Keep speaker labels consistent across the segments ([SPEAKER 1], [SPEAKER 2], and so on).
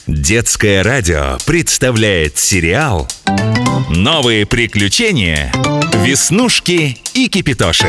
[SPEAKER 1] Детское радио представляет сериал «Новые приключения. Веснушки и Кипитоши».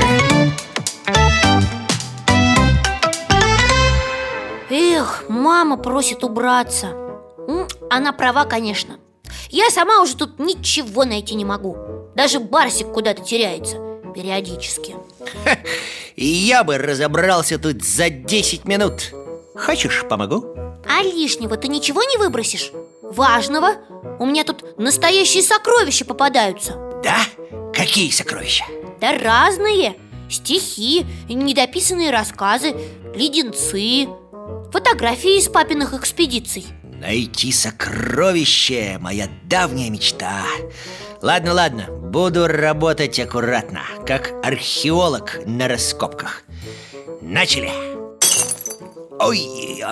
[SPEAKER 2] Эх, мама просит убраться. Она права, конечно. Я сама уже тут ничего найти не могу. Даже Барсик куда-то теряется периодически.
[SPEAKER 3] И я бы разобрался тут за 10 минут. Хочешь, помогу?
[SPEAKER 2] А лишнего ты ничего не выбросишь? Важного? У меня тут настоящие сокровища попадаются.
[SPEAKER 3] Да? Какие сокровища?
[SPEAKER 2] Да разные. Стихи, недописанные рассказы, леденцы, фотографии из папиных экспедиций.
[SPEAKER 3] Найти сокровище – моя давняя мечта. Ладно, буду работать аккуратно, как археолог на раскопках. Начали. Ой,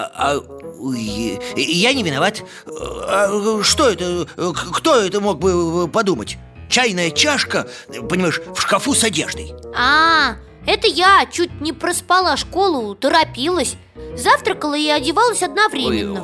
[SPEAKER 3] я не виноват. Что это? Кто это мог бы подумать? Чайная чашка, понимаешь, в шкафу с одеждой.
[SPEAKER 2] Это я чуть не проспала школу, торопилась. Завтракала и одевалась одновременно.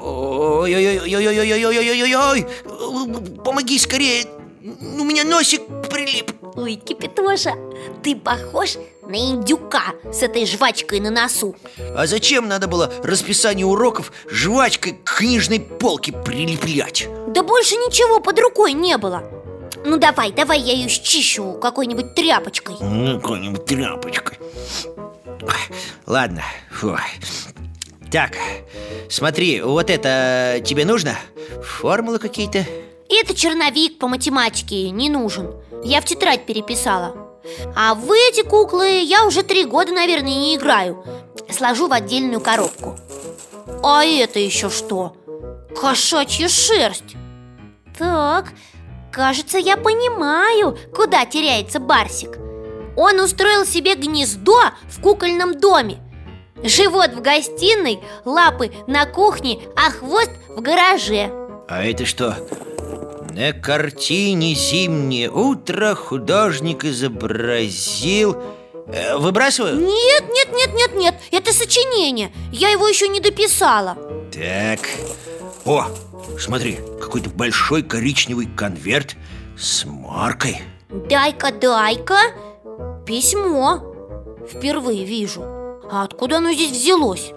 [SPEAKER 3] Ой, помоги скорее, у меня носик прилип.
[SPEAKER 2] Ой, Кипитоша, ты похож на индюка с этой жвачкой на носу.
[SPEAKER 3] А зачем надо было расписание уроков жвачкой к книжной полке прилеплять?
[SPEAKER 2] Да больше ничего под рукой не было. Ну давай, я ее счищу какой-нибудь тряпочкой.
[SPEAKER 3] Какой-нибудь тряпочкой. Ладно, фу. Так, смотри, вот это тебе нужно? Формулы какие-то?
[SPEAKER 2] Это черновик по математике, не нужен. Я в тетрадь переписала. А в эти куклы я уже 3 года, наверное, не играю. Сложу в отдельную коробку. А это еще что? Кошачья шерсть. Так, кажется, я понимаю, куда теряется Барсик. Он устроил себе гнездо в кукольном доме. Живот в гостиной, лапы на кухне, а хвост в гараже.
[SPEAKER 3] А это что? На картине «Зимнее утро» художник изобразил... Выбрасываю?
[SPEAKER 2] Нет, это сочинение. Я его еще не дописала.
[SPEAKER 3] Так, о, смотри, какой-то большой коричневый конверт с маркой.
[SPEAKER 2] Дай-ка, письмо. Впервые вижу. А откуда оно здесь взялось?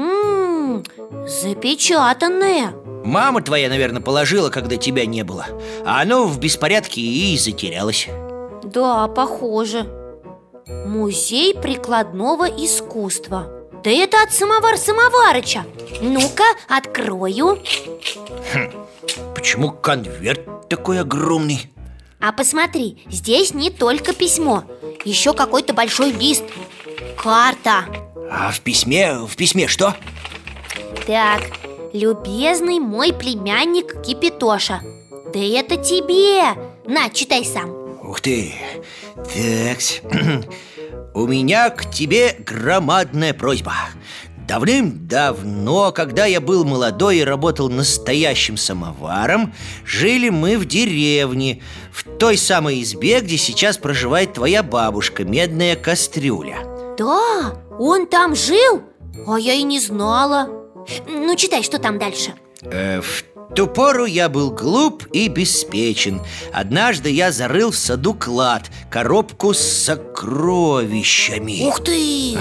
[SPEAKER 2] Запечатанное.
[SPEAKER 3] Мама твоя, наверное, положила, когда тебя не было. А оно в беспорядке и затерялось.
[SPEAKER 2] Да, похоже. Музей прикладного искусства. Да это от Самовар Самоварыча. Ну-ка, открою.
[SPEAKER 3] Почему конверт такой огромный?
[SPEAKER 2] А посмотри, здесь не только письмо, еще какой-то большой лист. Карта.
[SPEAKER 3] А в письме что?
[SPEAKER 2] Так, любезный мой племянник Кипитоша. Да это тебе. На, читай сам.
[SPEAKER 3] Ух ты. Так, у меня к тебе громадная просьба. Давным-давно, когда я был молодой и работал настоящим самоваром, жили мы в деревне, в той самой избе, где сейчас проживает твоя бабушка, Медная Кастрюля.
[SPEAKER 2] Да, он там жил? А я и не знала. Ну, читай, что там дальше.
[SPEAKER 3] В ту пору я был глуп и беспечен. Однажды я зарыл в саду клад, коробку с сокровищами.
[SPEAKER 2] Ух ты!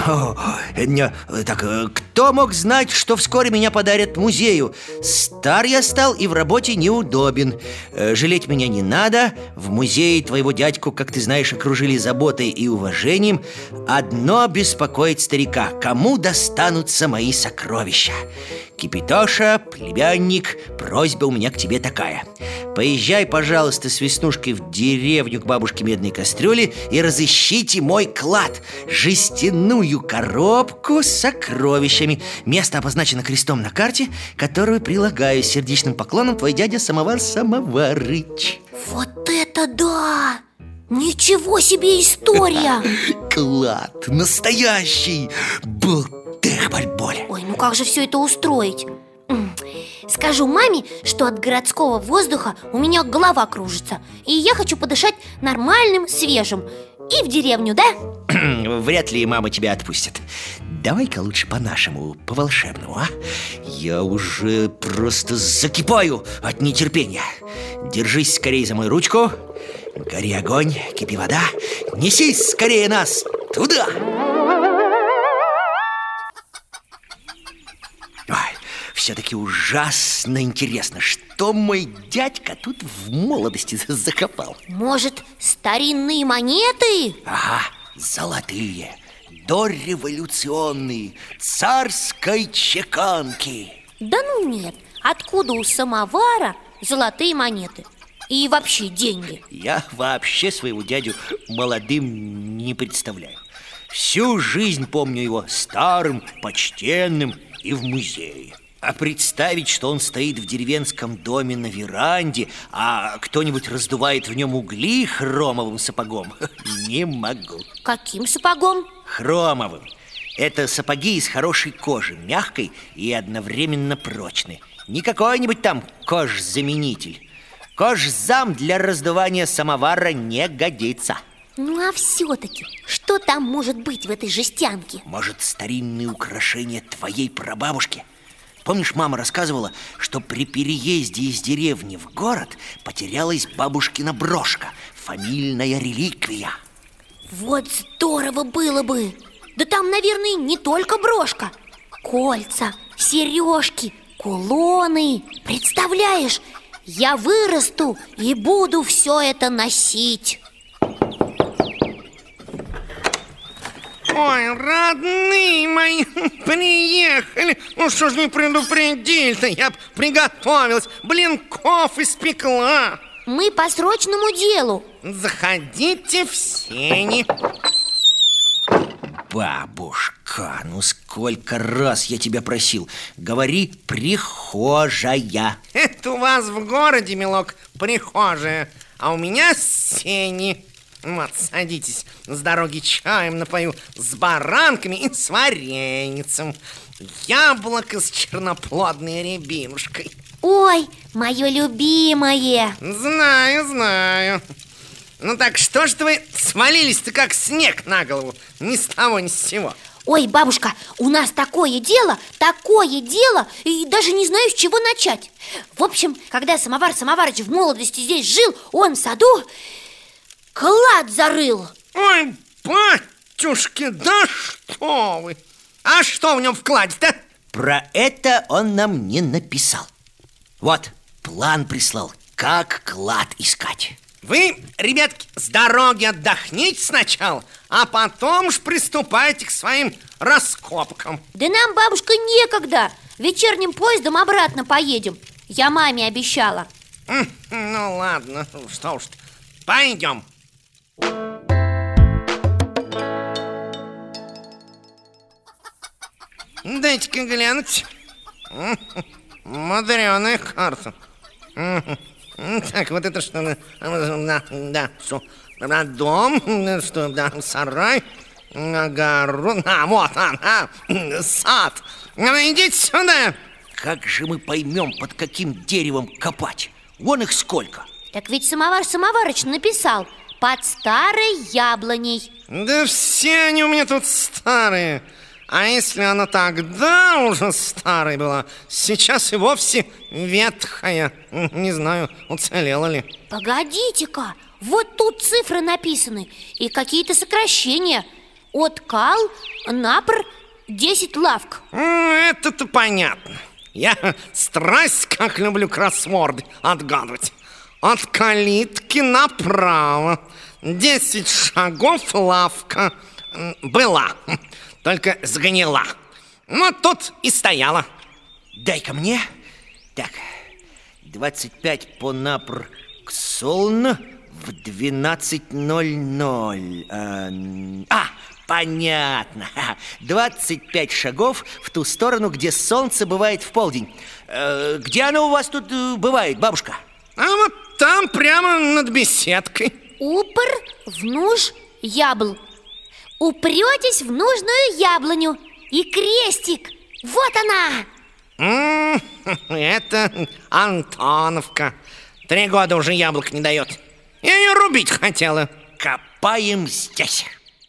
[SPEAKER 3] Кто мог знать, что вскоре меня подарят музею? Стар я стал и в работе неудобен. Жалеть меня не надо. В музее твоего дядьку, как ты знаешь, окружили заботой и уважением. Одно беспокоит старика: кому достанутся мои сокровища? Кипитоша, племянник, просьба у меня к тебе такая. Поезжай, пожалуйста, с Веснушкой в деревню к бабушке Медной Кастрюли и разыщите мой клад, жестяную коробку с сокровищами. Место обозначено крестом на карте, которую прилагаю с сердечным поклоном, твой дядя Самовар Самоварыч.
[SPEAKER 2] Вот это да! Ничего себе история!
[SPEAKER 3] Клад настоящий! Боль.
[SPEAKER 2] Ой, ну как же все это устроить? Скажу маме, что от городского воздуха у меня голова кружится, и я хочу подышать нормальным, свежим. и в деревню, да?
[SPEAKER 3] Вряд ли мама тебя отпустит. Давай-ка лучше по-нашему, по-волшебному, а? Я уже просто закипаю от нетерпения. Держись скорее за мою ручку. Гори огонь, кипи вода. Несись скорее нас туда. Все-таки ужасно интересно, что мой дядька тут в молодости закопал.
[SPEAKER 2] Может, старинные монеты?
[SPEAKER 3] Ага, золотые, дореволюционные, царской чеканки.
[SPEAKER 2] Да ну нет, откуда у самовара золотые монеты? И вообще деньги?
[SPEAKER 3] Я вообще своего дядю молодым не представляю. Всю жизнь помню его старым, почтенным и в музее. А представить, что он стоит в деревенском доме на веранде, а кто-нибудь раздувает в нем угли хромовым сапогом, не могу.
[SPEAKER 2] Каким сапогом?
[SPEAKER 3] Хромовым. Это сапоги из хорошей кожи, мягкой и одновременно прочной. Не какой-нибудь там кожзаменитель. Кожзам для раздувания самовара не годится.
[SPEAKER 2] Ну а все-таки, что там может быть в этой жестянке?
[SPEAKER 3] Может, старинные украшения твоей прабабушки? Помнишь, мама рассказывала, что при переезде из деревни в город потерялась бабушкина брошка, фамильная реликвия.
[SPEAKER 2] Вот здорово было бы! Да там, наверное, не только брошка. Кольца, сережки, кулоны. Представляешь, я вырасту и буду все это носить.
[SPEAKER 4] Ой, родные мои, приехали. Ну что ж не предупредили-то? Я б приготовилась, блинков испекла.
[SPEAKER 2] Мы по срочному делу.
[SPEAKER 4] Заходите в сени.
[SPEAKER 3] Бабушка, ну сколько раз я тебя просил. Говори «прихожая».
[SPEAKER 4] Это у вас в городе, милок, прихожая, а у меня сени. Вот, садитесь, с дороги чаем напою, с баранками и с вареницем. Яблоко с черноплодной рябинушкой.
[SPEAKER 2] Ой, мое любимое.
[SPEAKER 4] Знаю, знаю. Ну так что ж вы свалились-то как снег на голову? Ни с того, ни с сего.
[SPEAKER 2] Ой, бабушка, у нас такое дело, и даже не знаю, с чего начать. В общем, когда Самовар Самоварыч в молодости здесь жил, он в саду клад зарыл.
[SPEAKER 4] Ой, батюшки, да что вы! А что в нем в кладе-то?
[SPEAKER 3] Про это он нам не написал. Вот, план прислал, как клад искать.
[SPEAKER 4] Вы, ребятки, с дороги отдохните сначала, а потом ж приступайте к своим раскопкам.
[SPEAKER 2] Да нам, бабушка, некогда. Вечерним поездом обратно поедем. Я маме обещала.
[SPEAKER 4] Ну ладно, что уж ты. Пойдем. Дайте-ка глянуть. Мудреная карта. Так, вот это что? Да, что? Дом, что? Да, сарай, огород. Вот она, сад. Идите сюда.
[SPEAKER 3] Как же мы поймем, под каким деревом копать? Вон их сколько.
[SPEAKER 2] Так ведь Самовар Самоварыч написал: под старой яблоней.
[SPEAKER 4] Да все они у меня тут старые. А если она тогда уже старой была, сейчас и вовсе ветхая. Не знаю, уцелела ли.
[SPEAKER 2] Погодите-ка, вот тут цифры написаны и какие-то сокращения. От кал, напр, 10 лавк.
[SPEAKER 4] Это-то понятно. Я страсть как люблю кроссворды отгадывать. От калитки направо 10 шагов лавка была, только сгнила. Ну, тут и стояла.
[SPEAKER 3] Дай-ка мне. Так, 25 по напр Ксолн в 12:00. Понятно. 25 шагов в ту сторону, где солнце бывает в полдень. Где оно у вас тут бывает, бабушка?
[SPEAKER 4] А вот там, прямо над беседкой.
[SPEAKER 2] Упр в нуж ябл. Упретесь в нужную яблоню. И крестик. Вот она.
[SPEAKER 4] Это Антоновка. 3 года уже яблок не дает. Я ее рубить хотела.
[SPEAKER 3] Копать копаем здесь.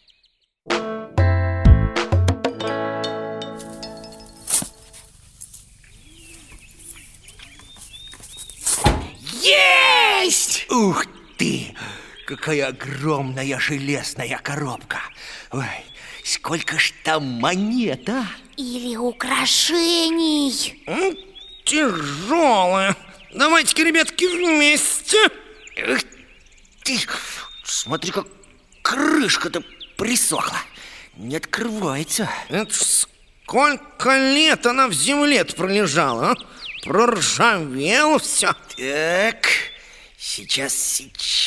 [SPEAKER 3] Есть! Ух ты! Какая огромная железная коробка! Ой, сколько ж там монет, а?
[SPEAKER 2] Или украшений.
[SPEAKER 4] Тяжелая. Давайте-ка, ребятки, вместе.
[SPEAKER 3] Эх ты, смотри, как крышка-то присохла. Не открывается.
[SPEAKER 4] Это ж сколько лет она в земле-то пролежала, а? Проржавело все.
[SPEAKER 3] Так, сейчас.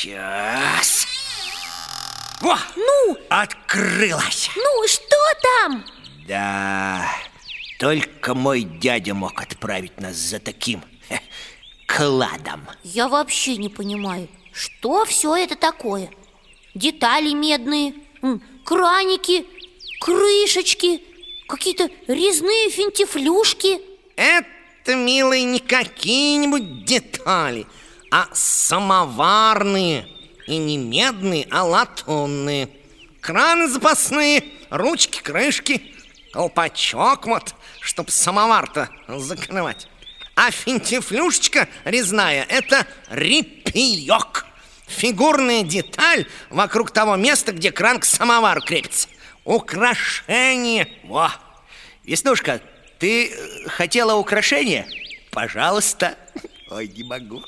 [SPEAKER 3] Во!
[SPEAKER 2] Ну?
[SPEAKER 3] Открылась.
[SPEAKER 2] Ну, что там?
[SPEAKER 3] Да, только мой дядя мог отправить нас за таким кладом.
[SPEAKER 2] Я вообще не понимаю, что все это такое? Детали медные, краники, крышечки, какие-то резные финтифлюшки.
[SPEAKER 4] Это, милые, не какие-нибудь детали, а самоварные. И не медные, а латунные. Краны запасные, ручки, крышки, колпачок вот, чтоб самовар-то закрывать. А финтифлюшечка резная – это репеек. Фигурная деталь вокруг того места, где кран к самовару крепится. Украшение.
[SPEAKER 3] Во! Веснушка, ты хотела украшение? Пожалуйста. Ой, не могу.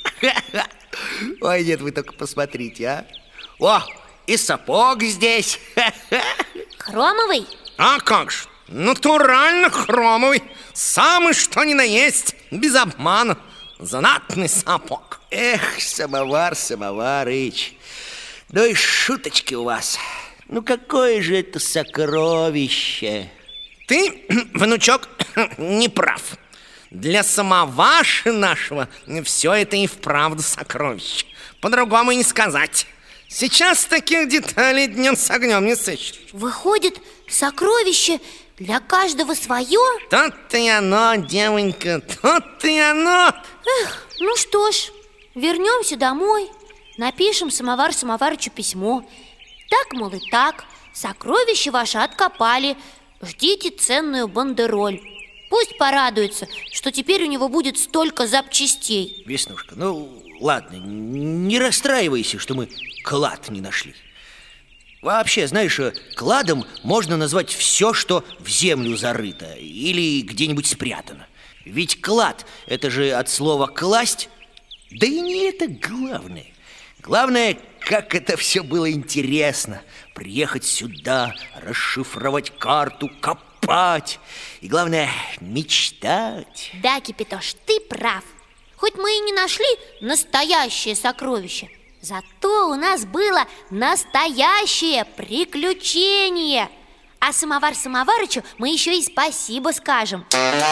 [SPEAKER 3] Ой, нет, вы только посмотрите, а. О, и сапог здесь.
[SPEAKER 2] Хромовый?
[SPEAKER 4] А как же, натурально хромовый. Самый что ни на есть, без обмана. Знатный сапог.
[SPEAKER 3] Эх, Самоварыч. Ну и шуточки у вас. Ну какое же это сокровище.
[SPEAKER 4] Ты, внучок, не прав. Для самоваша нашего все это и вправду сокровище. По-другому и не сказать. Сейчас таких деталей днем с огнем не сыщешь.
[SPEAKER 2] Выходит, сокровище для каждого свое?
[SPEAKER 4] То-то и оно, девонька, то-то и оно.
[SPEAKER 2] Эх, ну что ж, вернемся домой, напишем Самовар Самоварычу письмо. Так, мол, и так, сокровище ваше откопали, ждите ценную бандероль. Пусть порадуется, что теперь у него будет столько запчастей.
[SPEAKER 3] Веснушка, ну ладно, не расстраивайся, что мы клад не нашли. Вообще, знаешь, кладом можно назвать все, что в землю зарыто или где-нибудь спрятано. Ведь клад – это же от слова «класть». Да и не это главное. Главное, как это все было интересно. Приехать сюда, расшифровать карту, копать. И главное, мечтать.
[SPEAKER 2] Да, Кипятош, ты прав. Хоть мы и не нашли настоящее сокровище, зато у нас было настоящее приключение. А Самовар Самоварычу мы еще и спасибо скажем.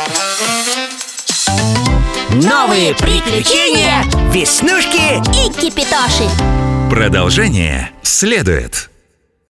[SPEAKER 3] Новые приключения Веснушки
[SPEAKER 2] и Кипятоши.
[SPEAKER 1] Продолжение следует.